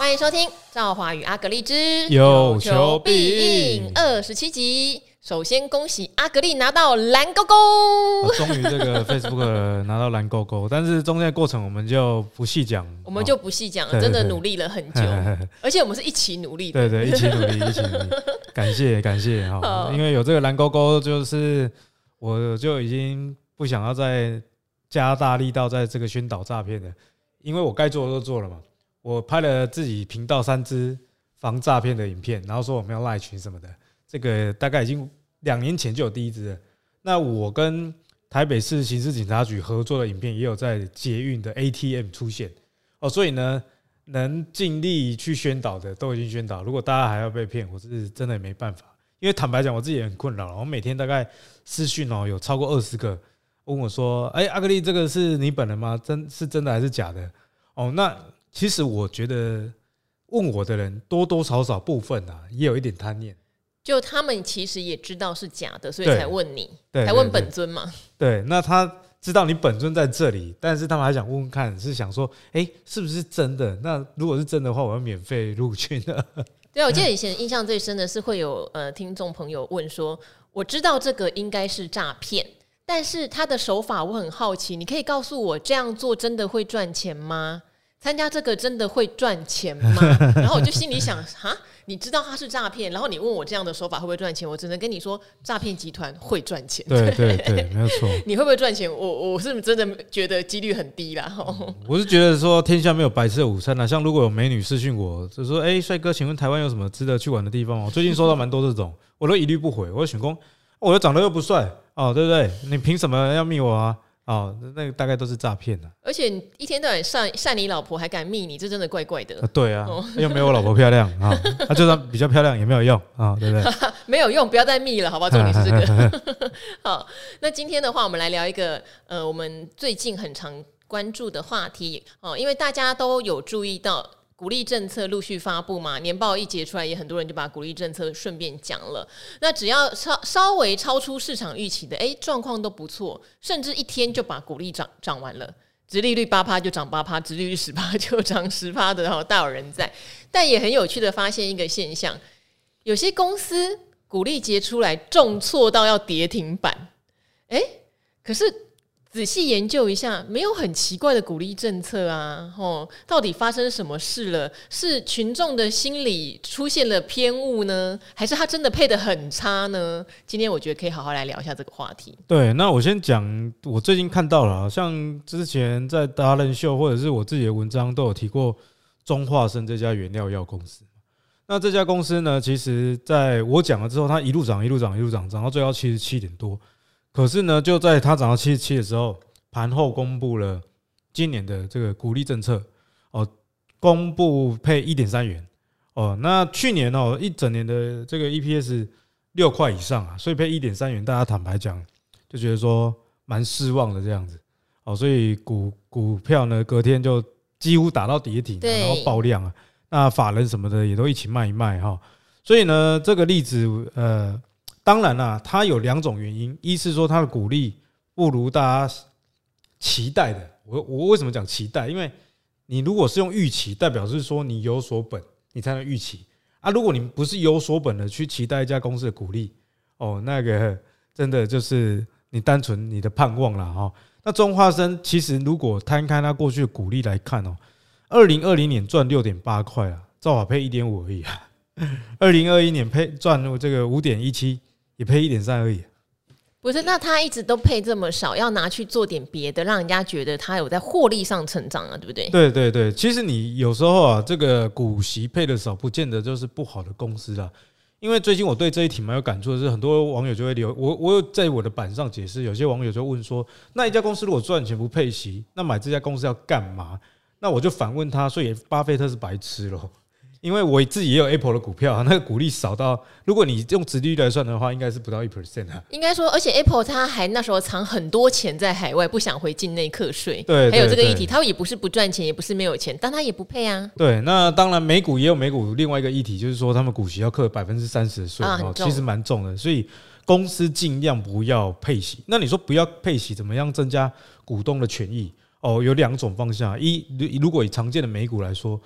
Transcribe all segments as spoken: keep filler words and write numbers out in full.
欢迎收听《赵华与阿格丽之有求必应》 二十七集。首先恭喜阿格丽拿到蓝勾勾， 啊、终于这个 Facebook 拿到蓝勾勾，但是中间的过程我们就不细讲， 我们就不细讲了、哦，真的努力了很久，而且我们是一起努力的， 对对，一起努力，一起努力，感谢感谢哈、哦，因为有这个蓝勾勾，就是我就已经不想要再加大力道在这个宣导诈骗了，因为我该做的都做了嘛，我拍了自己频道三支防诈骗的影片，然后说我们要赖群什么的。这个大概已经两年前就有第一支了。那我跟台北市刑事警察局合作的影片也有在捷运的 A T M 出现哦，所以呢，能尽力去宣导的都已经宣导。如果大家还要被骗，我是真的也没办法。因为坦白讲，我自己也很困扰。我每天大概私讯哦，有超过二十个问我说：“哎、欸，阿格丽，这个是你本人吗？真是真的还是假的？”哦，那其实我觉得问我的人多多少少部分啊，也有一点贪念。 就他们其实也知道是假的，所以才问你， 对对对才问本尊嘛。 对，那他知道你本尊在这里，但是他们还想问问看，是想说，哎、欸，是不是真的？那如果是真的话，我要免费入群了。 对啊，我记得以前印象最深的是会有呃听众朋友问说，我知道这个应该是诈骗，但是他的手法我很好奇，你可以告诉我这样做真的会赚钱吗？参加这个真的会赚钱吗？然后我就心里想，哈，你知道它是诈骗，然后你问我这样的手法会不会赚钱？我只能跟你说，诈骗集团会赚钱。 对对对，没有错。 你会不会赚钱？我我是真的觉得几率很低啦。 嗯、我是觉得说天下没有白吃的午餐啦。像如果有美女私讯我，就说，哎、欸，帅哥，请问台湾有什么值得去玩的地方？我最近收到蛮多这种，我都一律不回。我就想说，我又长得又不帅哦，对不对？你凭什么要密我啊？哦，那个大概都是诈骗的， 而且一天到晚晒晒你老婆还敢密你，这真的怪怪的。 啊对啊，哦、又没有我老婆漂亮啊，那、哦、就算比较漂亮也没有用啊、哦，对不对？ 没有用，不要再密了，好不好？重点是这个。好，那今天的话，我们来聊一个呃，我们最近很常关注的话题哦，因为大家都有注意到。鼓励政策陆续发布嘛，年报一结出来，也很多人就把鼓励政策顺便讲了。那只要稍稍微超出市场预期的，哎，状况都不错，甚至一天就把鼓励涨涨完了，殖利率八趴就涨八趴，殖利率十趴就涨十趴的，然后大有人在。但也很有趣的发现一个现象，有些公司鼓励结出来重挫到要跌停板，哎，可是。仔细研究一下，没有很奇怪的鼓励政策啊，哦，到底发生什么事了？是群众的心理出现了偏误呢，还是他真的配得很差呢？今天我觉得可以好好来聊一下这个话题。 对，那我先讲，我最近看到了，像之前在达人秀或者是我自己的文章都有提过中化生这家原料药公司。那这家公司呢，其实在我讲了之后，它一路涨，一路涨，一路涨，涨到最高七十七点多。可是呢，就在它涨到七十七的时候，盘后公布了今年的这个鼓励政策哦，公布配 一点三元哦。那去年哦一整年的这个 E P S 六块以上啊，所以配 一点三元，大家坦白讲就觉得说蛮失望的这样子哦。所以股股票呢隔天就几乎打到跌停，然后爆量啊。那法人什么的也都一起卖一卖哈。所以呢，这个例子呃。当然啦，它有两种原因，一是说它的股利不如大家期待的。我我为什么讲期待？因为你如果是用预期，代表是说你有所本，你才能预期啊。如果你不是有所本的去期待一家公司的股利，哦，那个真的就是你单纯你的盼望啦哈。那中化生其实如果摊开它过去的股利来看哦，二零二零年赚六点八块啊，照法配一点五而已啊。二零二一年配赚这个五点一七。也配一点三而已， 不是？那他一直都配这么少，要拿去做点别的，让人家觉得他有在获利上成长啊，对不对？ 对对对，其实你有时候啊，这个股息配的少，不见得就是不好的公司啦。因为最近我对这一题蛮有感触的是，很多网友就会留我，我有在我的板上解释，有些网友就问说，那一家公司如果赚钱不配息，那买这家公司要干嘛？那我就反问他，所以巴菲特是白痴咯。因为我自己也有 Apple 的股票，那个股利少到，如果你用殖利率来算的话，应该是不到 百分之一 啊。 应该说，而且 Apple 它还那时候藏很多钱在海外，不想回境内课税。 对， 还有这个议题，它也不是不赚钱，也不是没有钱，但它也不配啊。 对，那当然美股也有美股另外一个议题，就是说他们股息要课百分之三十的税，啊，其实蛮重的，所以公司尽量不要配息。那你说不要配息，怎么样增加股东的权益？哦，有两种方向。一，如果以常见的美股来说，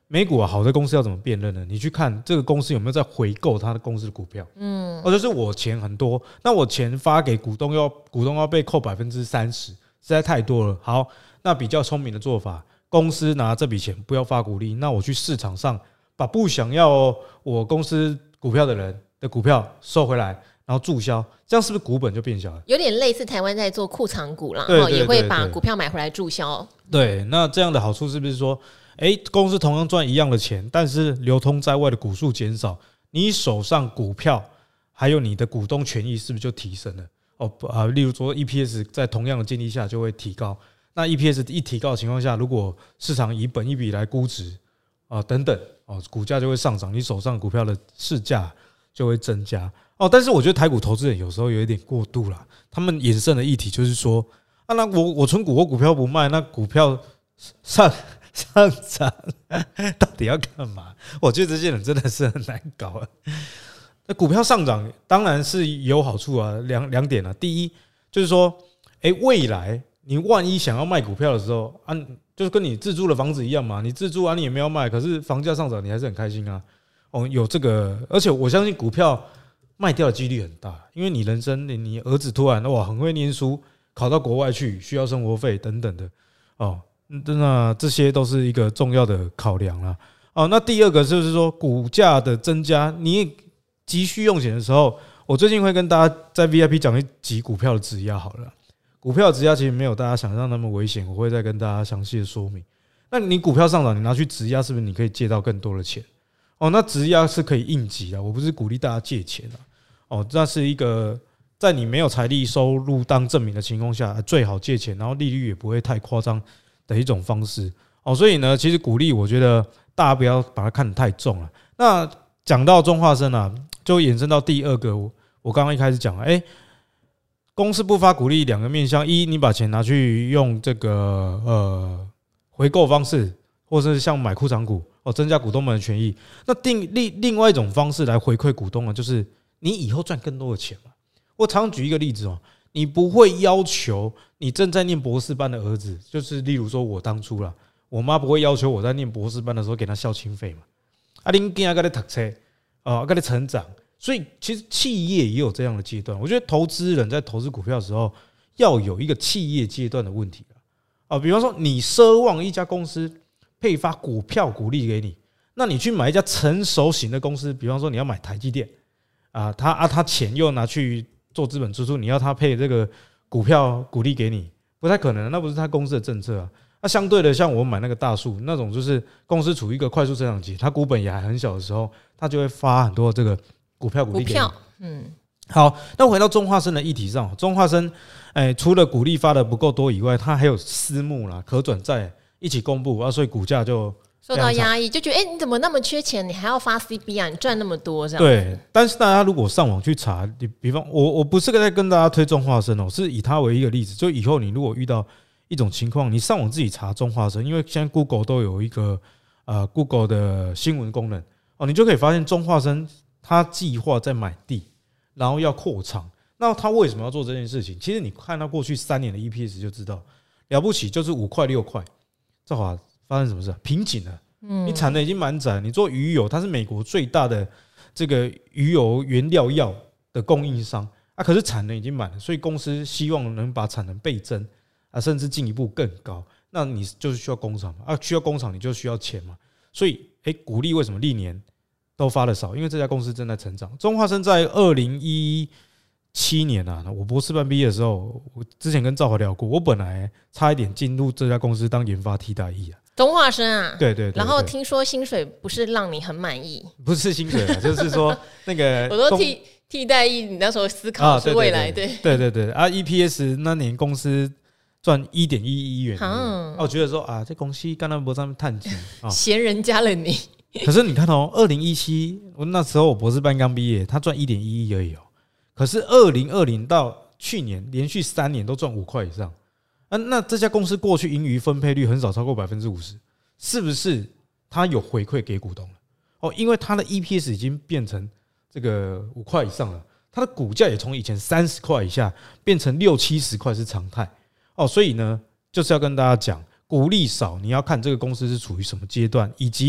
美股啊，好的公司要怎么辨认呢？你去看这个公司有没有在回购它的公司的股票，嗯，或者是我钱很多，那我钱发给股东要股东要被扣百分之三十，实在太多了。好，那比较聪明的做法，公司拿这笔钱不要发股利，那我去市场上把不想要我公司股票的人的股票收回来，然后注销，这样是不是股本就变小了？ 有点类似台湾在做库藏股啦， 对对对对， 也会把股票买回来注销。 对，那这样的好处是不是说？哎，公司同样赚一样的钱，但是流通在外的股数减少，你手上股票还有你的股东权益是不是就提升了？哦啊，例如说 E P S 在同样的建立下就会提高。那 E P S 一提高的情况下，如果市场以本益比来估值啊等等哦，股价就会上涨，你手上股票的市价就会增加哦。但是我觉得台股投资人有时候有一点过度啦，他们衍生的议题就是说啊，那我我存股我股票不卖，那股票上。上涨到底要干嘛？我觉得这些人真的是很难搞啊。那股票上涨当然是有好处啊，两两点啊。第一就是说，哎、欸，未来你万一想要卖股票的时候啊，就是跟你自住的房子一样嘛，你自住啊，你也没有卖，可是房价上涨，你还是很开心啊。哦，有这个，而且我相信股票卖掉的几率很大，因为你人生你你儿子突然哇很会念书，考到国外去，需要生活费等等的哦。那这些都是一个重要的考量啦。哦，那第二个就是说股价的增加，你急需用钱的时候，我最近会跟大家在 V I P 讲一集股票的质押好了。股票的质押其实没有大家想象那么危险，我会再跟大家详细的说明。那你股票上涨，你拿去质押，是不是你可以借到更多的钱？哦，那质押是可以应急的，我不是鼓励大家借钱啊。哦，那是一个在你没有财力收入当证明的情况下，最好借钱，然后利率也不会太夸张的一种方式哦，所以呢，其实鼓励我觉得大家不要把它看得太重了。那讲到中化生啊，就衍生到第二个，我刚刚一开始讲了，哎，公司不发股利两个面向：一，你把钱拿去用这个呃回购方式，或者是像买库藏股哦，增加股东们的权益。那另另另外一种方式来回馈股东呢，就是你以后赚更多的钱嘛。我常举一个例子哦。你不会要求你正在念博士班的儿子，就是例如说我当初啦，我妈不会要求我在念博士班的时候给他孝亲费嘛。啊，恁囝仔在读册，啊，在成长，所以其实企业也有这样的阶段。我觉得投资人在投资股票的时候，要有一个企业阶段的问题啊。比方说，你奢望一家公司配发股票股利给你，那你去买一家成熟型的公司，比方说你要买台积电啊，他啊他钱又拿去做资本支出，你要他配这个股票股利给你，不太可能，那不是他公司的政策啊。那相对的，像我买那个大树那种，就是公司处于一个快速增长期，它股本也还很小的时候，它就会发很多这个股票股利给你。嗯，好，那回到中化生的议题上，中化生，哎，除了股利发的不够多以外，它还有私募啦、可转债一起公布啊，所以股价就受到压抑，就觉得哎、欸，你怎么那么缺钱？你还要发 C B 啊？你赚那么多这样？ 对，但是大家如果上网去查，你比方我我不是在跟大家推中化生哦，是以它为一个例子，就以后你如果遇到一种情况，你上网自己查中化生，因为现在 Google 都有一个呃 Google 的新闻功能哦，你就可以发现中化生它计划在买地，然后要扩厂。那他为什么要做这件事情？其实你看到过去三年的 E P S 就知道，了不起就是五块六块，这会发生什么事？瓶颈了。你产能已经满载，你做鱼油，它是美国最大的这个鱼油原料药的供应商啊，可是产能已经满了，所以公司希望能把产能倍增啊，甚至进一步更高。那你就是需要工厂嘛，啊，需要工厂你就需要钱嘛，所以哎、欸，股利为什么历年都发的少？因为这家公司正在成长。中化生在二零一七年啊，我博士班毕业的时候，我之前跟赵华聊过，我本来差一点进入这家公司当研发替代役啊。 中化生啊， 对 对, 对, 对， 然后听说薪水不是让你很满意， 不是薪水啊，就是说那个我说替替代役，你那时候思考是未来，对对对对啊 ，E P S 那年公司赚一点一亿元，啊，我觉得说啊，这公司刚刚不上面探钱， 嫌人家了你。 可是你看哦，二零一七，我那时候我博士班刚毕业，他赚一点一亿而已哦。可是二零二零到去年连续三年都赚五块以上。啊、那这家公司过去盈余分配率很少超过百分之五十，是不是它有回馈给股东了？哦，因为它的 E P S 已经变成这个五块以上了，它的股价也从以前三十块以下变成六七十块是常态。哦，所以呢，就是要跟大家讲，股利少，你要看这个公司是处于什么阶段，以及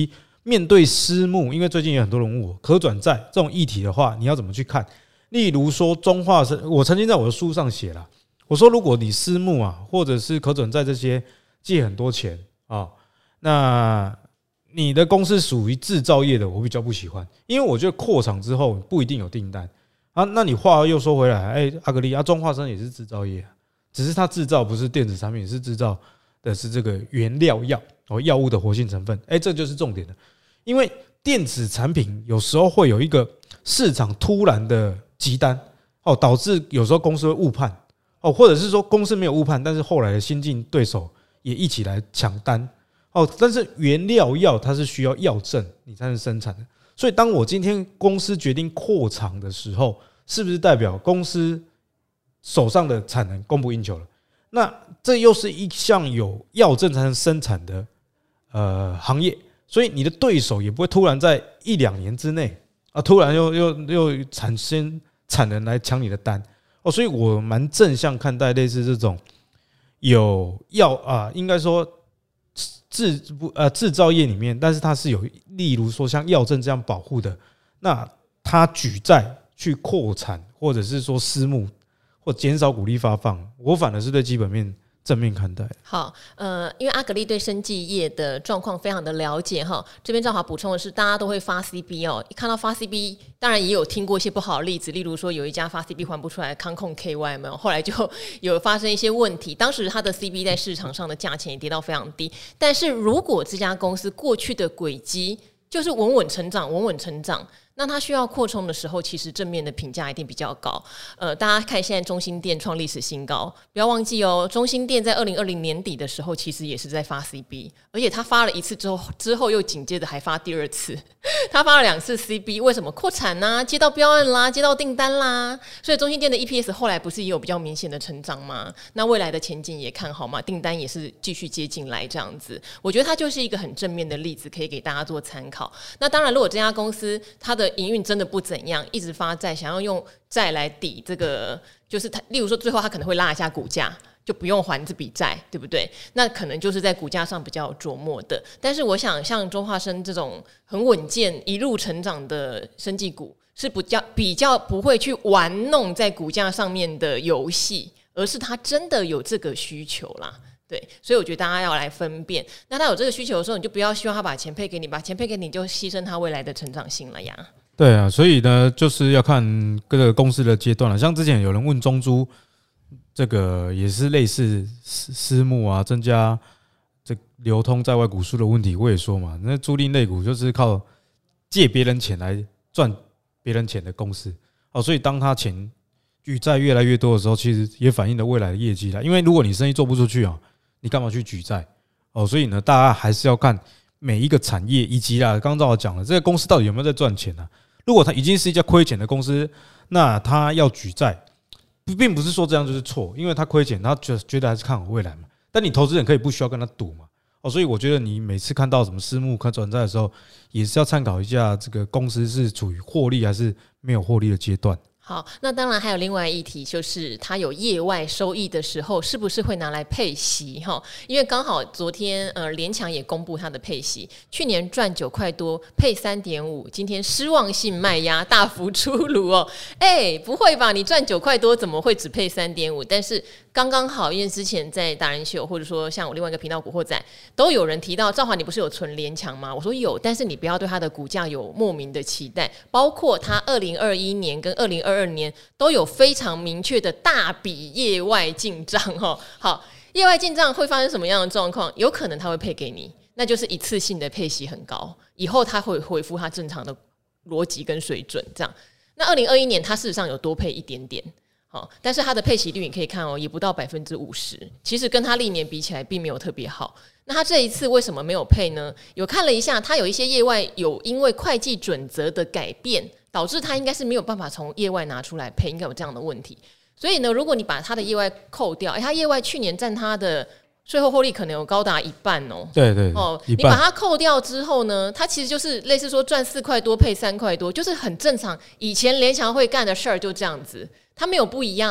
面对私募，因为最近有很多人问我可转债这种议题的话，你要怎么去看？例如说中化生，我曾经在我的书上写了，我说如果你私募啊，或者是可转债这些借很多钱啊，那你的公司属于制造业的，我比较不喜欢，因为我觉得扩厂之后不一定有订单啊。那你话又说回来，哎、欸，阿格力啊，中化生也是制造业、啊，只是它制造不是电子产品，是制造的是这个原料药哦，药物的活性成分，哎、欸，这就是重点了。因为电子产品有时候会有一个市场突然的急单哦，导致有时候公司会误判哦，或者是说公司没有误判，但是后来的新进对手也一起来抢单哦。但是原料药它是需要药证你才能生产的，所以当我今天公司决定扩厂的时候，是不是代表公司手上的产能供不应求了？那这又是一项有药证才能生产的呃行业，所以你的对手也不会突然在一两年之内啊，突然又又又产生产能来抢你的单哦。所以我蛮正向看待类似这种有药啊，应该说制呃制造业里面，但是它是有例如说像药证这样保护的，那它举债去扩产，或者是说私募或减少股利发放，我反而是对基本面正面看待。 好，呃，因为阿格力对生技业的状况非常的了解哈，这边正好补充的是，大家都会发 C B 哦，一看到发 C B， 当然也有听过一些不好的例子，例如说有一家发 C B 还不出来，康控 K Y 没有，后来就有发生一些问题，当时它的 C B 在市场上的价钱也跌到非常低，但是如果这家公司过去的轨迹就是稳稳成长，稳稳成长。那它需要扩充的时候，其实正面的评价一定比较高。呃，大家看现在中兴电创历史新高，不要忘记哦，中兴电在二零二零年底的时候，其实也是在发 C B， 而且它发了一次之后，之后又紧接着还发第二次，它发了两次 C B， 为什么？扩产啦、啊，接到标案啦，接到订单啦，所以中兴电的 E P S 后来不是也有比较明显的成长吗？那未来的前景也看好嘛，订单也是继续接进来这样子，我觉得它就是一个很正面的例子，可以给大家做参考。那当然，如果这家公司它的营运真的不怎样，一直发债，想要用债来抵这个，就是他，例如说最后他可能会拉一下股价，就不用还这笔债，对不对？那可能就是在股价上比较有琢磨的。但是我想，像中化生这种很稳健、一路成长的生技股，是比较比较不会去玩弄在股价上面的游戏，而是他真的有这个需求啦。对，所以我觉得大家要来分辨。那他有这个需求的时候，你就不要希望他把钱配给你，把钱配给你就牺牲他未来的成长性了呀。 对啊，所以呢，就是要看各个公司的阶段了。像之前有人问中租，这个也是类似私私募啊，增加这流通在外股数的问题。我也说嘛，那租赁类股就是靠借别人钱来赚别人钱的公司哦，所以当他钱举债越来越多的时候，其实也反映了未来的业绩啦。因为如果你生意做不出去啊，你干嘛去举债哦？所以呢，大家还是要看每一个产业，以及啦，刚刚照我讲了，这个公司到底有没有在赚钱啊？如果它已经是一家亏钱的公司，那它要举债，并不是说这样就是错，因为它亏钱，他觉得还是看好未来嘛。但你投资人可以不需要跟他赌嘛？哦，所以我觉得你每次看到什么私募、可转债的时候，也是要参考一下这个公司是处于获利还是没有获利的阶段。 好，那当然还有另外一题，就是它有业外收益的时候，是不是会拿来配息？哈，因为刚好昨天呃联强也公布它的配息，去年赚九块多，配三点五，今天失望性卖压大幅出炉哦。哎、欸，不会吧？你赚九块多，怎么会只配三点五？但是刚刚好，因为之前在达人秀，或者说像我另外一个频道古惑仔，都有人提到兆华，你不是有存联强吗？我说有，但是你不要对它的股价有莫名的期待，包括它二零二一年跟二零二二年都有非常明确的大笔业外进账哦。好，业外进账会发生什么样的状况？有可能他会配给你，那就是一次性的配息很高，以后他会恢复他正常的逻辑跟水准。这样，那二零二一年他事实上有多配一点点，好，但是他的配息率你可以看哦，也不到百分之五十，其实跟他历年比起来并没有特别好。那他这一次为什么没有配呢？有看了一下，他有一些业外有因为会计准则的改变，导致他应该是没有办法从业外拿出来配，应该有这样的问题。所以呢，如果你把他的业外扣掉，欸、他业外去年占他的税后获利可能有高达一半哦。 对对哦，你把它扣掉之后呢，它其实就是类似说赚四块多配三块多，就是很正常。以前联强会干的事儿就这样子，它没有不一样。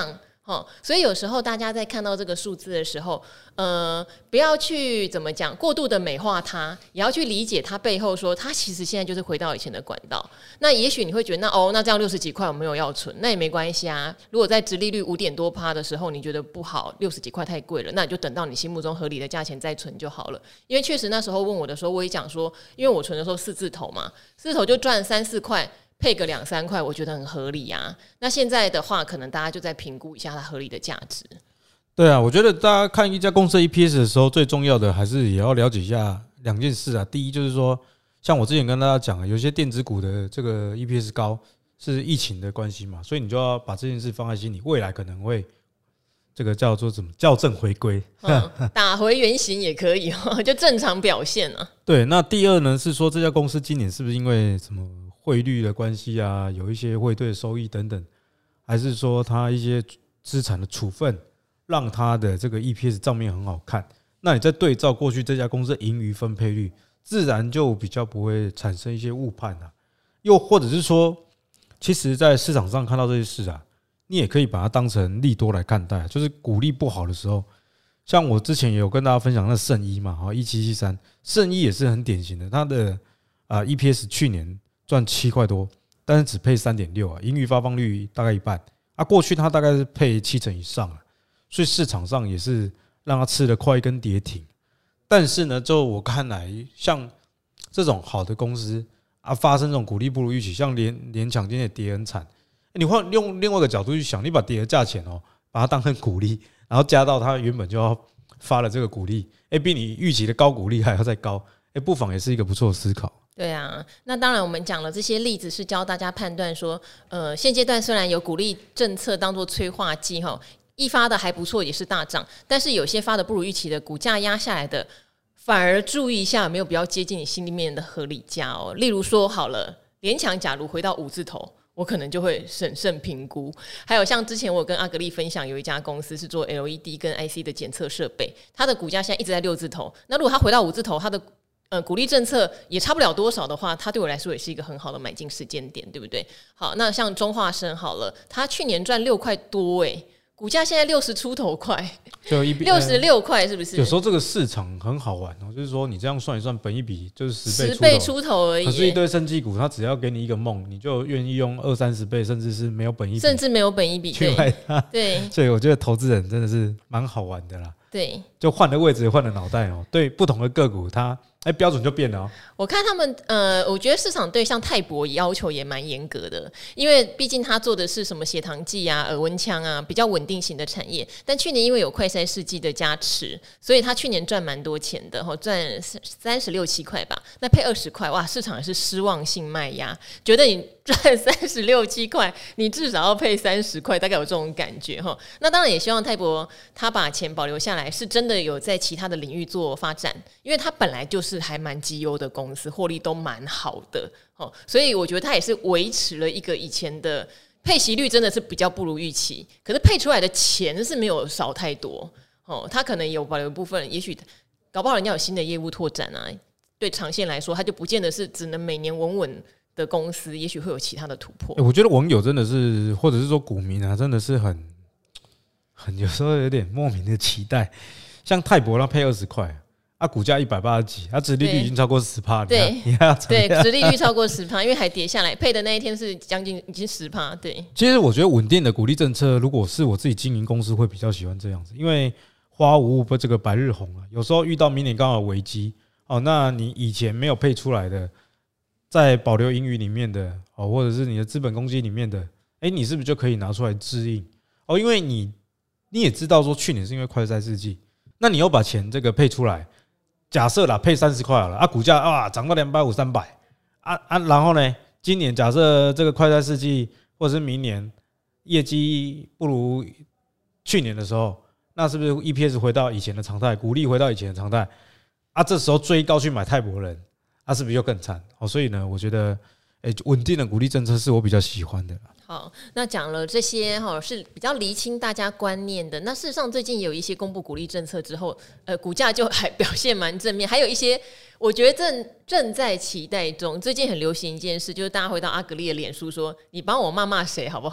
哦，所以有时候大家在看到这个数字的时候，呃，不要去怎么讲过度的美化它，也要去理解它背后说，它其实现在就是回到以前的管道。那也许你会觉得，那哦，那这样六十几块我没有要存，那也没关系啊。如果在殖利率五点多趴的时候，你觉得不好，六十几块太贵了，那你就等到你心目中合理的价钱再存就好了。因为确实那时候问我的时候，我也讲说，因为我存的时候四字头嘛，四字头就赚三四块。配个两三块，我觉得很合理啊。那现在的话，可能大家就在评估一下它合理的价值。 对啊，我觉得大家看一家公司的 E P S 的时候，最重要的还是也要了解一下两件事啊。第一就是说，像我之前跟大家讲的，有些电子股的这个 E P S 高是疫情的关系嘛，所以你就要把这件事放在心里，未来可能会这个叫做怎么校正回归、 嗯，打回原形也可以，就正常表现啊。 对，那第二呢是说这家公司今年是不是因为什么？汇率的关系啊，有一些汇兑收益等等，还是说它一些资产的处分，让它的这个 E P S 账面很好看？那你再对照过去这家公司的盈余分配率，自然就比较不会产生一些误判啊。又或者是说，其实在市场上看到这些事啊，你也可以把它当成利多来看待，就是股利不好的时候，像我之前也有跟大家分享那圣一嘛，哈，一七七三，圣一也是很典型的，它的啊 E P S 去年赚七块多，但是只配 三点六 啊，盈余发放率大概一半啊。过去它大概是配七成以上啊，所以市场上也是让它吃了快一根跌停。但是呢，就我看来，像这种好的公司啊，发生这种股利不如预期，像联联强今天也跌很惨。你换用另外一个角度去想，你把跌的价钱哦，把它当成股利，然后加到它原本就要发了这个股利，哎，比你预期的高股利还要再高，哎，不妨也是一个不错的思考。 对啊，那当然我们讲了这些例子是教大家判断说，呃，现阶段虽然有鼓励政策当作催化剂哈，一发的还不错也是大涨，但是有些发的不如预期的，股价压下来的，反而注意一下有没有比较接近你心里面的合理价哦。例如说好了，联强假如回到五字头，我可能就会审慎评估。还有像之前我有跟阿格力分享，有一家公司是做 L E D 跟 I C 的检测设备，它的股价现在一直在六字头，那如果它回到五字头，它的呃，鼓励政策也差不了多少的话，它对我来说也是一个很好的买进时间点，对不对？好，那像中化生好了，它去年赚六块多哎、欸，股价现在六十出头块，就六十六块，是不是？ 有时候这个市场很好玩哦，就是说你这样算一算，本一比就是十倍十倍出头而已、欸。 可是，一堆生技股，它只要给你一个梦，你就愿意用二三十倍，甚至是没有本一比， 甚至没有本一比去买它。 对， 所以我觉得投资人真的是蛮好玩的啦。 对， 就换了位置，换了脑袋哦。对不同的个股，它哎标准就变了哦。 我看他们呃，我觉得市场对像泰博要求也蛮严格的，因为毕竟他做的是什么血糖计啊、耳温枪啊，比较稳定型的产业。但去年因为有快筛试剂的加持，所以他去年赚蛮多钱的，赚三十六七块吧。那配二十块，哇，市场也是失望性卖压，觉得你赚三十六七块，你至少要配三十块，大概有这种感觉哈。那当然也希望泰博他把钱保留下来，是真的有在其他的领域做发展，因为他本来就是还蛮绩优的公司，获利都蛮好的哦，所以我觉得他也是维持了一个以前的配息率，真的是比较不如预期，可是配出来的钱是没有少太多哦，他可能有保留一部分，也许搞不好人家有新的业务拓展啊，对长线来说，他就不见得是只能每年稳稳的公司，也许会有其他的突破。 欸、我觉得网友真的是，或者是说股民啊，真的是很很有时候有点莫名的期待，像泰博它配二十块。啊，股价一百八十几，它殖利率已经超过十趴， 对， 你还要对，殖利率超过十趴，因为还跌下来，配的那一天是将近已经十趴，对。 其实我觉得稳定的股利政策，如果是我自己经营公司，会比较喜欢这样子，因为花无物不这个百日红啊，有时候遇到明年刚好危机哦，那你以前没有配出来的，在保留盈余里面的哦，或者是你的资本公积里面的，哎，你是不是就可以拿出来支应哦？因为你你也知道说去年是因为快筛试剂，那你又把钱这个配出来。假设啦，配三十块好了啊，股价啊涨到两百五、三百啊啊，然后呢，今年假设这个快筛试剂或者是明年业绩不如去年的时候，那是不是 E P S 回到以前的常态，股利回到以前的常态啊？这时候追高去买泰博人，啊，是不是又更惨？哦，所以呢，我觉得，哎，稳定的股利政策是我比较喜欢的啦。 好，那讲了这些哈，是比较厘清大家观念的。那事实上，最近有一些公布鼓励政策之后，呃，股价就还表现蛮正面。还有一些，我觉得正正在期待中。最近很流行一件事，就是大家回到阿格力的脸书说：“你帮我骂骂谁好不好？”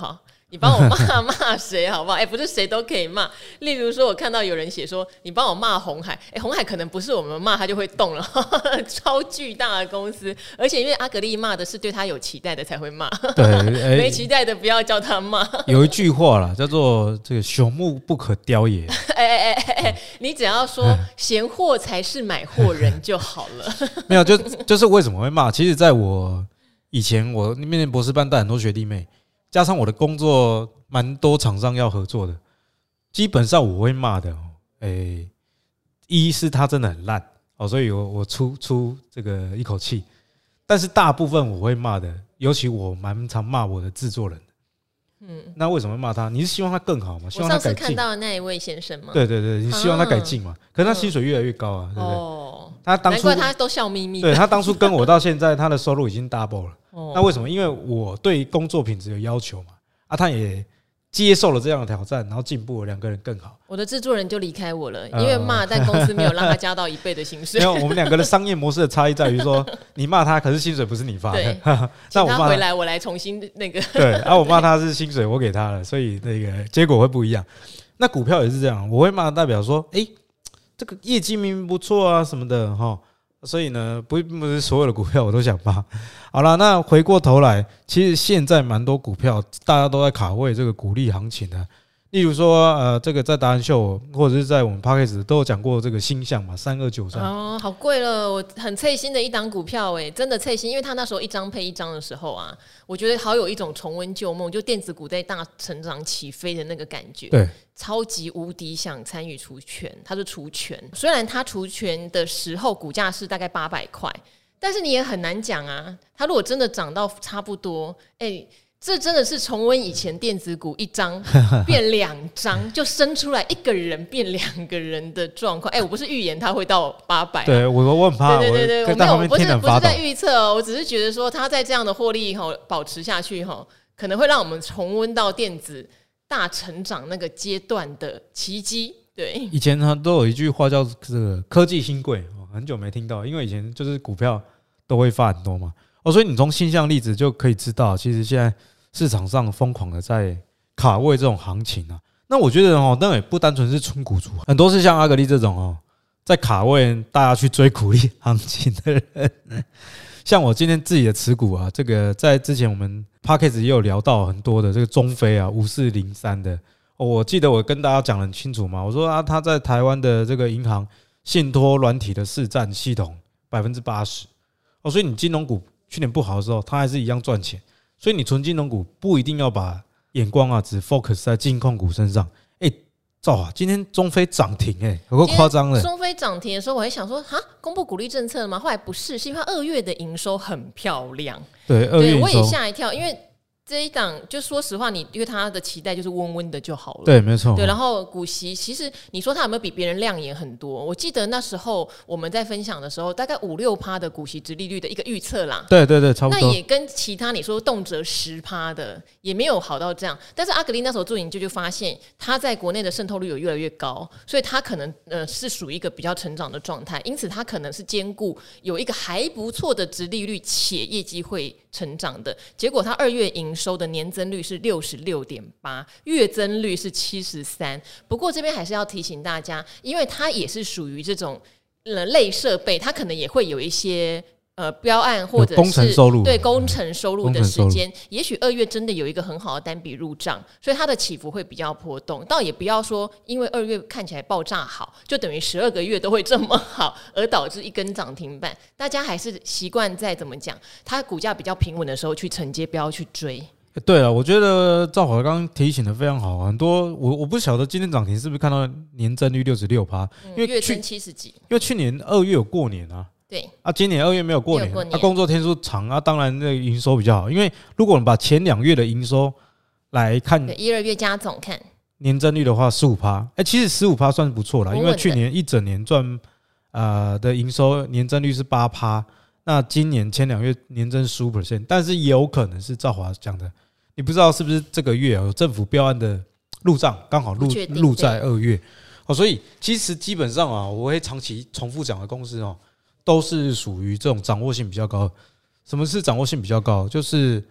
你帮我骂骂谁好不好？哎、欸，不是谁都可以骂。例如说，我看到有人写说，你帮我骂鸿海，哎、欸，鸿海可能不是我们骂他就会动了，呵呵超巨大的公司，而且因为阿格力骂的是对他有期待的才会骂， 对，欸、 没期待的不要叫他骂。 有一句话啦，叫做这个朽木不可雕也。 哎哎哎哎，你只要说闲货才是买货人就好了。 没有，就就是为什么会骂？其实在我以前，我面念博士班带很多学弟妹。加上我的工作蛮多厂商要合作的，基本上我会骂的，诶、欸，一是他真的很烂哦，所以我我出出这个一口气，但是大部分我会骂的，尤其我蛮常骂我的制作人。嗯，那为什么骂他？你是希望他更好吗？希望他改进。 我上次看到的那一位先生吗？ 对对对，你希望他改进嘛？可是他薪水越来越高啊，对不对？哦，他当初难怪他都笑眯眯。 对他当初跟我到现在，他的收入已经 double 了。哦、那为什么？因为我对工作品质有要求嘛，啊，他也接受了这样的挑战，然后进步了，两个人更好。 我的制作人就离开我了，因为骂，但公司没有让他加到一倍的薪水。 没有，我们两个的商业模式的差异在于说，你骂他，可是薪水不是你发的。 那我骂他回来，我来重新那个。 对，啊，我骂他是薪水我给他了，所以那个结果会不一样。那股票也是这样，我会骂代表说，哎、欸，这个业绩明明不错啊什么的哈。所以呢，不不是所有的股票我都想骂。好了，那回过头来，其实现在蛮多股票大家都在卡位这个股利行情的。例如说，呃，这个在达人秀或者是在我们 Podcast 都有讲过这个星象嘛，三二九三哦，好贵了，我很脆心的一档股票哎、欸，真的脆心，因为他那时候一张配一张的时候啊，我觉得好有一种重温旧梦，就电子股在大成长起飞的那个感觉， 对， 超级无敌想参与除权，他是除权，虽然他除权的时候股价是大概八百块，但是你也很难讲啊，他如果真的涨到差不多，哎、欸。这真的是重温以前电子股一张变两张就生出来一个人变两个人的状况。哎、欸，我不是预言它会到八百、啊， 对我我很怕， 对对对对， 我在旁边听得很发抖。 我不是不是在预测哦，我只是觉得说它在这样的获利吼保持下去吼，可能会让我们重温到电子大成长那个阶段的奇迹。对， 以前它都有一句话叫这个科技新贵，很久没听到，因为以前就是股票都会发很多嘛。哦，所以你从星象例子就可以知道，其实现在市场上疯狂的在卡位这种行情啊。那我觉得哦，那也不单纯是纯股族，很多是像阿格力这种哦，在卡位大家去追股利行情的人。像我今天自己的持股啊，这个在之前我们 Podcast 也有聊到很多的这个中菲啊，五四零三的、哦，我记得我跟大家讲得很清楚嘛，我说啊，他在台湾的这个银行信托软体的市占系统百分之八十，哦，所以你金融股去年不好的时候，它还是一样赚钱。所以你纯金融股不一定要把眼光啊只 focus 在金控股身上。哎、欸，赵啊，今天中菲涨停，哎，有够夸张的。 中菲涨停的时候，我还想说，哈，公布股利政策了吗？后来不是，是因为二月的营收很漂亮。 对，二月营收， 我也吓一跳，因为这一档就说实话，你因为他的期待就是温温的就好了。 对，没错。 对，然后股息其实你说他有没有比别人亮眼很多？我记得那时候我们在分享的时候，大概五六趴的股息殖利率的一个预测啦。 对对对，差不多。 那也跟其他你说动辄十趴的也没有好到这样。但是阿格力那时候做研究就发现，它在国内的渗透率有越来越高，所以它可能呃是属于一个比较成长的状态，因此它可能是兼顾有一个还不错的殖利率且业绩会成长的。结果它二月营收的年增率是六十六点八，月增率是七十三。不过这边还是要提醒大家，因为它也是属于这种呃类设备，它可能也会有一些呃标案或者是工程收入， 对工程收入的时间，也许二月真的有一个很好的单笔入账，所以它的起伏会比较波动。倒也不要说因为二月看起来爆炸好，就等于十二个月都会这么好，而导致一根涨停板。大家还是习惯在怎么讲，它股价比较平稳的时候去承接，不要去追。 对啊，我觉得赵华刚刚提醒的非常好，很多我我不晓得今天涨停是不是看到年增率六十六趴，因为月增七十几， 因为去年二月有过年啊， 对啊，今年二月没有过年， 过年啊，工作天数长啊，当然那个营收比较好，因为如果你把前两月的营收来看， 对一二月加总看年增率的话，十五趴，哎，其实十五趴算是不错了，因为去年一整年赚呃的营收年增率是八趴。那今年前两月年增 百分之十五， 但是也有可能是赵华讲的，你不知道是不是这个月有政府标案的入账，刚好入入在二月，哦，所以其实基本上啊，我会长期重复讲的公司哦，都是属于这种掌握性比较高。什么是掌握性比较高？就是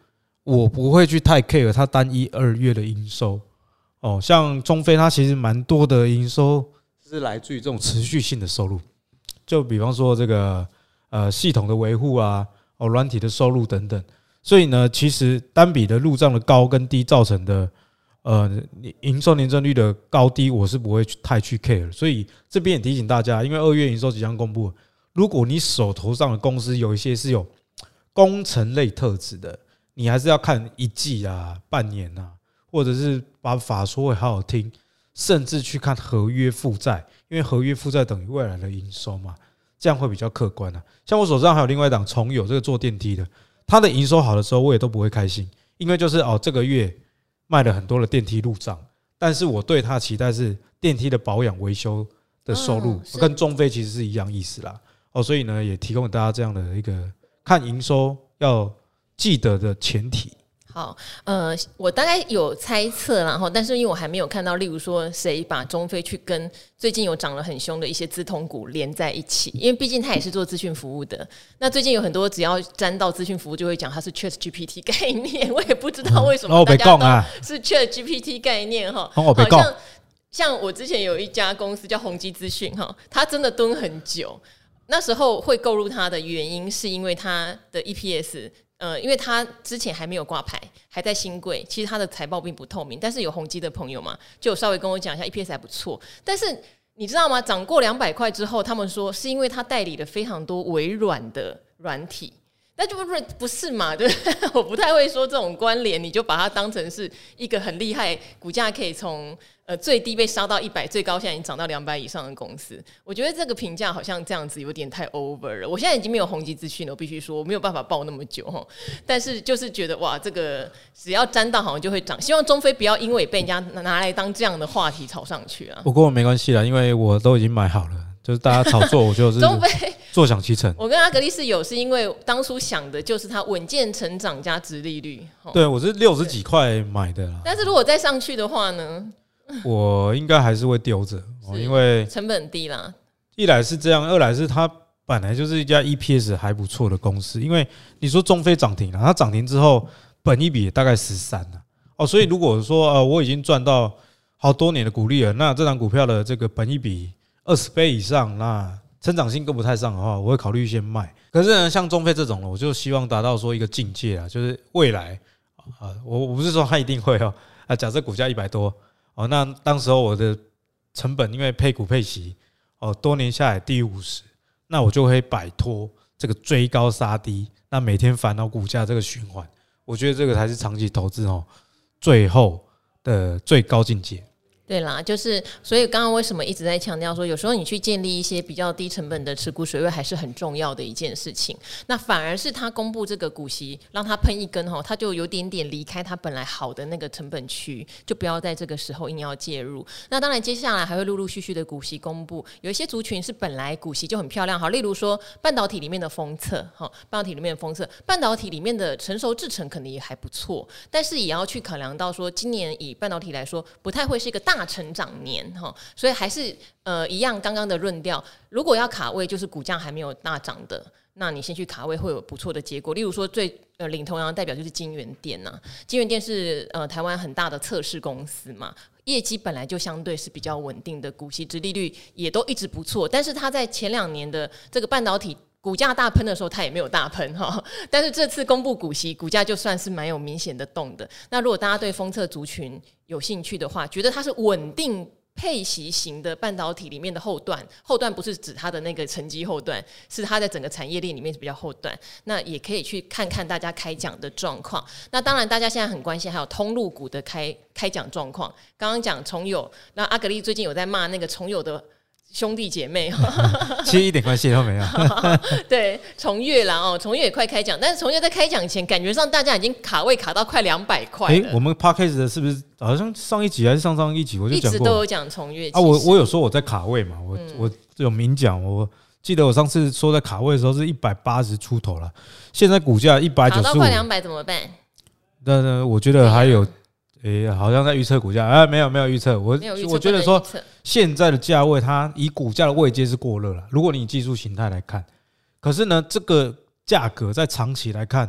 我不会去太 care 它单一二月的营收哦。像中菲，它其实蛮多的营收是来自于这种持续性的收入，就比方说这个呃系统的维护啊，哦软体的收入等等。所以呢，其实单笔的入账的高跟低造成的呃营收年增率的高低，我是不会太去 care。所以这边也提醒大家，因为二月营收即将公布，如果你手头上的公司有一些是有工程类特质的，你还是要看一季啊、半年啊，或者是把法说会好好听，甚至去看合约负债，因为合约负债等于未来的营收嘛，这样会比较客观啊。像我手上还有另外一档重友，这个做电梯的，它的营收好的时候，我也都不会开心，因为就是哦，这个月卖了很多的电梯入账，但是我对它的期待是电梯的保养维修的收入，跟中菲其实是一样意思啦。哦，所以呢，也提供给大家这样的一个看营收要记得的前提。 好，呃，我大概有猜测啦，但是因为我还没有看到，例如说谁把中菲去跟最近有涨得很凶的一些资通股连在一起，因为毕竟它也是做资讯服务的。那最近有很多只要沾到资讯服务，就会讲它是 Chat G P T 概念，我也不知道为什么大家都是 Chat G P T 概念哈。好像像我之前有一家公司叫宏基资讯哈，它真的蹲很久。那时候会购入它的原因，是因为它的 E P S。呃，因为他之前还没有挂牌，还在新贵，其实他的财报并不透明。但是有宏基的朋友嘛，就有稍微跟我讲一下 E P S 还不错。但是你知道吗？涨过两百块之后，他们说是因为他代理了非常多微软的软体，那就不是不是嘛？对不对？我不太会说这种关联，你就把它当成是一个很厉害，股价可以从呃最低被杀到一百，最高现在已经涨到两百以上的公司。我觉得这个评价好像这样子有点太 over 了。我现在已经没有宏基资讯了，我必须说我没有办法抱那么久哈。但是就是觉得哇，这个只要沾到好像就会涨。希望中菲不要因为被人家拿来当这样的话题炒上去啊。 不过没关系啦，因为我都已经买好了，就是大家炒作，我就是中菲。 坐享其成。 我跟阿格力是有，是因为当初想的就是它稳健成长加殖利率。 对，我是六十几块买的啦。 但是如果再上去的话呢？ 我应该还是会丢着，因为成本低啦。 一来是这样，二来是它本来就是一家 E P S 还不错的公司。因为你说中菲涨停了，它涨停之后本益比也大概十三了哦，所以如果说呃我已经赚到好多年的股利了，那这档股票的这个本益比二十倍以上，那成长性跟不太上的话，我会考虑先卖。可是呢，像中菲这种，我就希望达到说一个境界啊，就是未来啊，我我不是说它一定会哦啊，假设股价一百多哦，那当时候我的成本因为配股配息哦，多年下来低于五十，那我就会摆脱这个追高杀低，那每天烦恼股价这个循环，我觉得这个才是长期投资哦最后的最高境界。 对啦，就是所以刚刚为什么一直在强调说，有时候你去建立一些比较低成本的持股水位还是很重要的一件事情。那反而是他公布这个股息，让他喷一根哈，他就有点点离开他本来好的那个成本区，就不要在这个时候硬要介入。那当然接下来还会陆陆续续的股息公布，有一些族群是本来股息就很漂亮，好，例如说半导体里面的封测，哈，半导体里面的封测，半导体里面的成熟制程可能也还不错，但是也要去考量到说，今年以半导体来说，不太会是一个大成长年哈，所以还是呃一样刚刚的论调，如果要卡位，就是股价还没有大涨的，那你先去卡位会有不错的结果。例如说最呃领头羊的代表就是金源店呐，金源店是呃台湾很大的测试公司嘛，业绩本来就相对是比较稳定的，股息殖利率也都一直不错，但是它在前两年的这个半导体股价大喷的时候，它也没有大喷哈，但是这次公布股息，股价就算是蛮有明显的动的。那如果大家对封测族群有兴趣的话，觉得它是稳定配息型的半导体里面的后段，后段不是指它的那个成绩后段，是它在整个产业链里面是比较后段。那也可以去看看大家开奖的状况。那当然，大家现在很关心还有通路股的开开奖状况。刚刚讲重友，那阿格力最近有在骂那个重友的兄弟姐妹， 其实一点关系都没有。 对，重越啦哦，重越也快开奖，但是重越在开奖前，感觉上大家已经卡位卡到快两百块了。 欸，我们 Podcast 的是不是好像上一集还是上上一集我就讲过， 一直都有讲重越啊？我我有说我在卡位嘛，我、嗯、我有明讲，我记得我上次说在卡位的时候是一百八十出头了，现在股价一百九十五，卡到快两百怎么办？ 但是我觉得还有。诶、欸，好像在预测股价，哎、啊，没有没有预测，我我觉得说现在的价位，它以股价的位阶是过热了。如果你以技术形态来看，可是呢，这个价格在长期来看，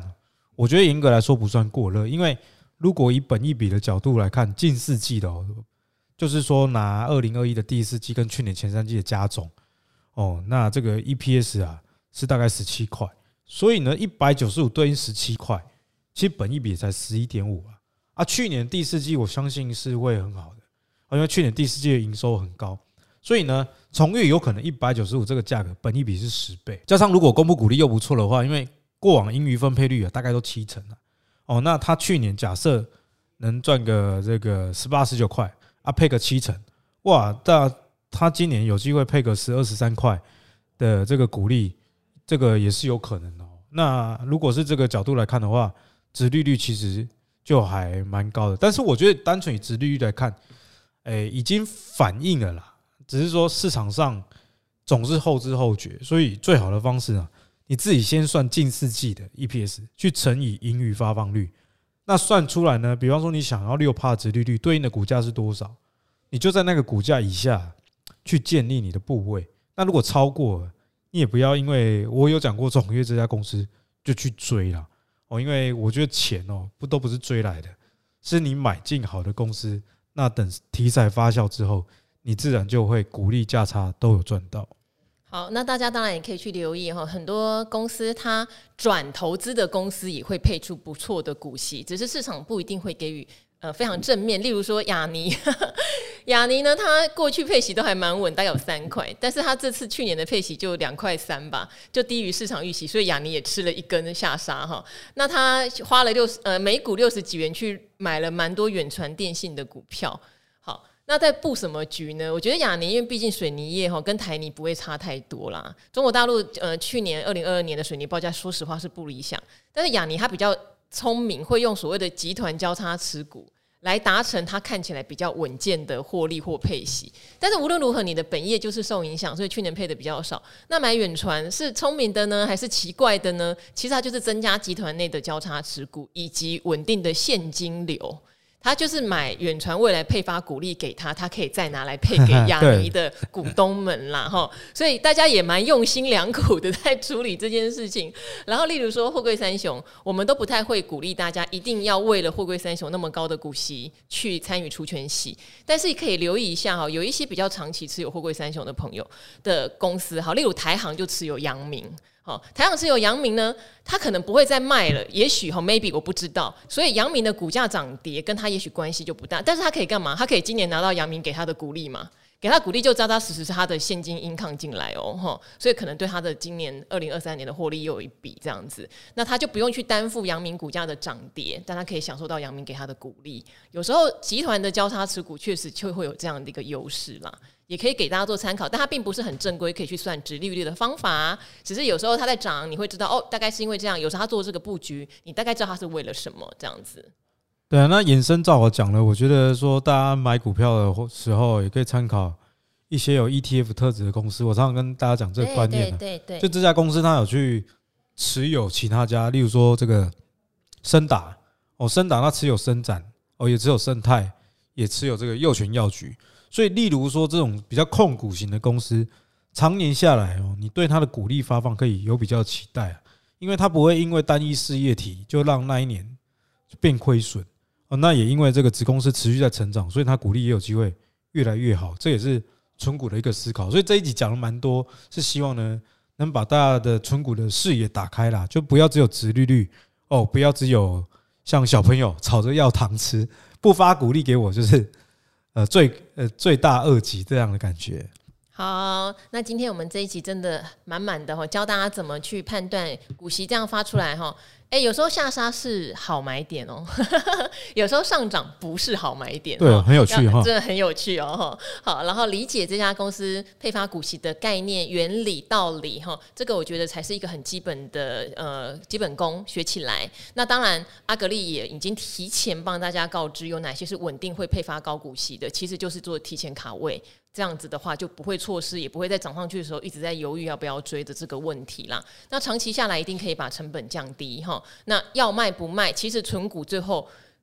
我觉得严格来说不算过热，因为如果以本益比的角度来看，近四季的哦，就是说拿二零二一的第四季跟去年前三季的加总哦，那这个 E P S 啊是大概十七块，所以呢一百九十五对应十七块，其实本益比才 十一点五 啊。啊，去年第四季我相信是会很好的，因为去年第四季的营收很高，所以呢崇越有可能一百九十五这个价格本益比是十倍，加上如果公布股利又不错的话，因为过往盈余分配率啊大概都七成了哦，那他去年假设能赚个这个十八十九块啊，配个七成，哇，那他今年有机会配个十二十三块的这个股利，这个也是有可能的哦。那如果是这个角度来看的话，殖利率其实就还蛮高的，但是我觉得单纯以殖利率来看，欸，已经反映了啦，只是说市场上总是后知后觉，所以最好的方式啊，你自己先算近四季的 E P S 去乘以盈余发放率，那算出来呢，比方说你想要 百分之六 的殖利率，对应的股价是多少，你就在那个股价以下去建立你的部位。那如果超过了，你也不要因为我有讲过崇越这家公司就去追啦哦，因为我觉得钱哦不都不是追来的，是你买进好的公司，那等题材发酵之后，你自然就会股利价差都有赚到。 好，那大家当然也可以去留意哈，很多公司它转投资的公司也会配出不错的股息，只是市场不一定会给予呃非常正面。例如说亚尼，亚尼呢，它过去配息都还蛮稳，大概有三块，但是它这次去年的配息就两块三吧，就低于市场预期，所以亚尼也吃了一根下杀哈。那他花了六十呃每股六十几元去买了蛮多远传电信的股票。好，那在布什么局呢？我觉得亚泥，因为毕竟水泥业跟台泥不会差太多啦。中国大陆呃去年二零二二年的水泥报价，说实话是不理想，但是亚泥它比较聪明，会用所谓的集团交叉持股来达成它看起来比较稳健的获利或配息。但是无论如何，你的本业就是受影响，所以去年配的比较少。那买远传是聪明的呢，还是奇怪的呢？其实它就是增加集团内的交叉持股以及稳定的现金流。他就是买远传未来配发股利给他，他可以再拿来配给亚泥的股东们啦齁，所以大家也蛮用心良苦的在处理这件事情。然后例如说货柜三雄，我们都不太会鼓励大家一定要为了货柜三雄那么高的股息去参与除权息，但是可以留意一下齁，有一些比较长期持有货柜三雄的朋友的公司，好，例如台航就持有阳明。好，台航持有阳明呢，他可能不会再卖了，也许 maybe 我不知道，所以阳明的股价涨跌跟他也许关系就不大，但是他可以干嘛？他可以今年拿到阳明给他的股利嘛，给他股利就扎扎实实是他的现金income进来哦，所以可能对他的今年二零二三年的获利又有一笔这样子，那他就不用去担负阳明股价的涨跌，但他可以享受到阳明给他的股利。有时候集团的交叉持股确实就会有这样的一个优势啦。也可以给大家做参考，但它并不是很正规可以去算殖利率的方法，只是有时候它在涨，你会知道哦，大概是因为这样。有时候它做这个布局，你大概知道它是为了什么这样子。 对啊，那衍生照我讲了，我觉得说大家买股票的时候也可以参考一些有 E T F 特质的公司。我常常跟大家讲这个观念、啊， 对对对， 就这家公司它有去持有其他家，例如说这个昇達哦，昇達它持有昇展哦，也持有勝泰，也持有这个佑全藥局。所以，例如说这种比较控股型的公司，常年下来哦，你对它的股利发放可以有比较期待啊，因为它不会因为单一事业体就让那一年变亏损哦。那也因为这个子公司持续在成长，所以它股利也有机会越来越好，这也是存股的一个思考。所以这一集讲了蛮多，是希望呢能把大家的存股的视野打开啦，就不要只有殖利率哦，不要只有像小朋友吵着要糖吃，不发股利给我就是。呃，最呃最大恶极这样的感觉。 好，那今天我们这一集真的满满的，教大家怎么去判断股息这样发出来哈。哎、欸，有时候下杀是好买点哦，有时候上涨不是好买点， 对，很有趣哈， 真的很有趣哦。好，然后理解这家公司配发股息的概念、原理、道理哈，这个我觉得才是一个很基本的呃基本功，学起来。那当然，阿格力也已经提前帮大家告知有哪些是稳定会配发高股息的，其实就是做提前卡位。这样子的话就不会错失，也不会在涨上去的时候一直在犹豫要不要追的这个问题啦。那长期下来一定可以把成本降低哈。那要卖不卖，其实存股最后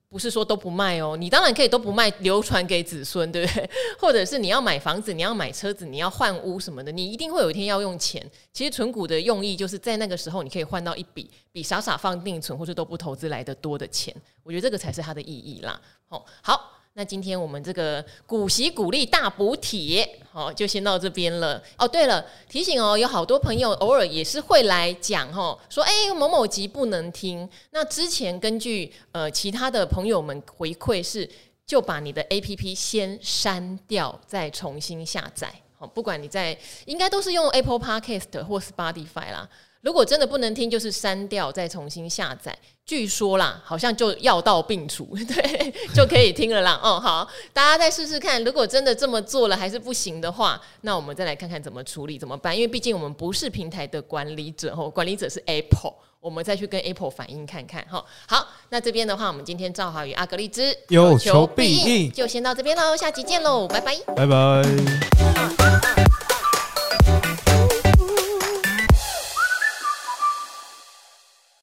不是说都不卖哦，你当然可以都不卖，流传给子孙，对不对？或者是你要买房子，你要买车子，你要换屋什么的，你一定会有一天要用钱。其实存股的用意就是在那个时候，你可以换到一笔比傻傻放定存或者都不投资来的多的钱。我觉得这个才是它的意义啦。哦，好。那今天我们这个股息股利大补帖，好，就先到这边了。哦，对了，提醒哦，有好多朋友偶尔也是会来讲哦，说哎、欸、某某集不能听。那之前根据呃其他的朋友们回馈是，就把你的 A P P 先删掉，再重新下载。好，不管你在应该都是用 Apple Podcast 或 Spotify 啦。如果真的不能听，就是删掉再重新下载。据说啦，好像就药到病除，对，就可以听了啦。哦，好，大家再试试看。如果真的这么做了还是不行的话，那我们再来看看怎么处理怎么办。因为毕竟我们不是平台的管理者，管理者是 Apple， 我们再去跟 Apple 反映看看。好，那这边的话，我们今天赵华与阿格丽兹有求必应， 就先到这边喽，下集见喽，拜拜， 拜拜。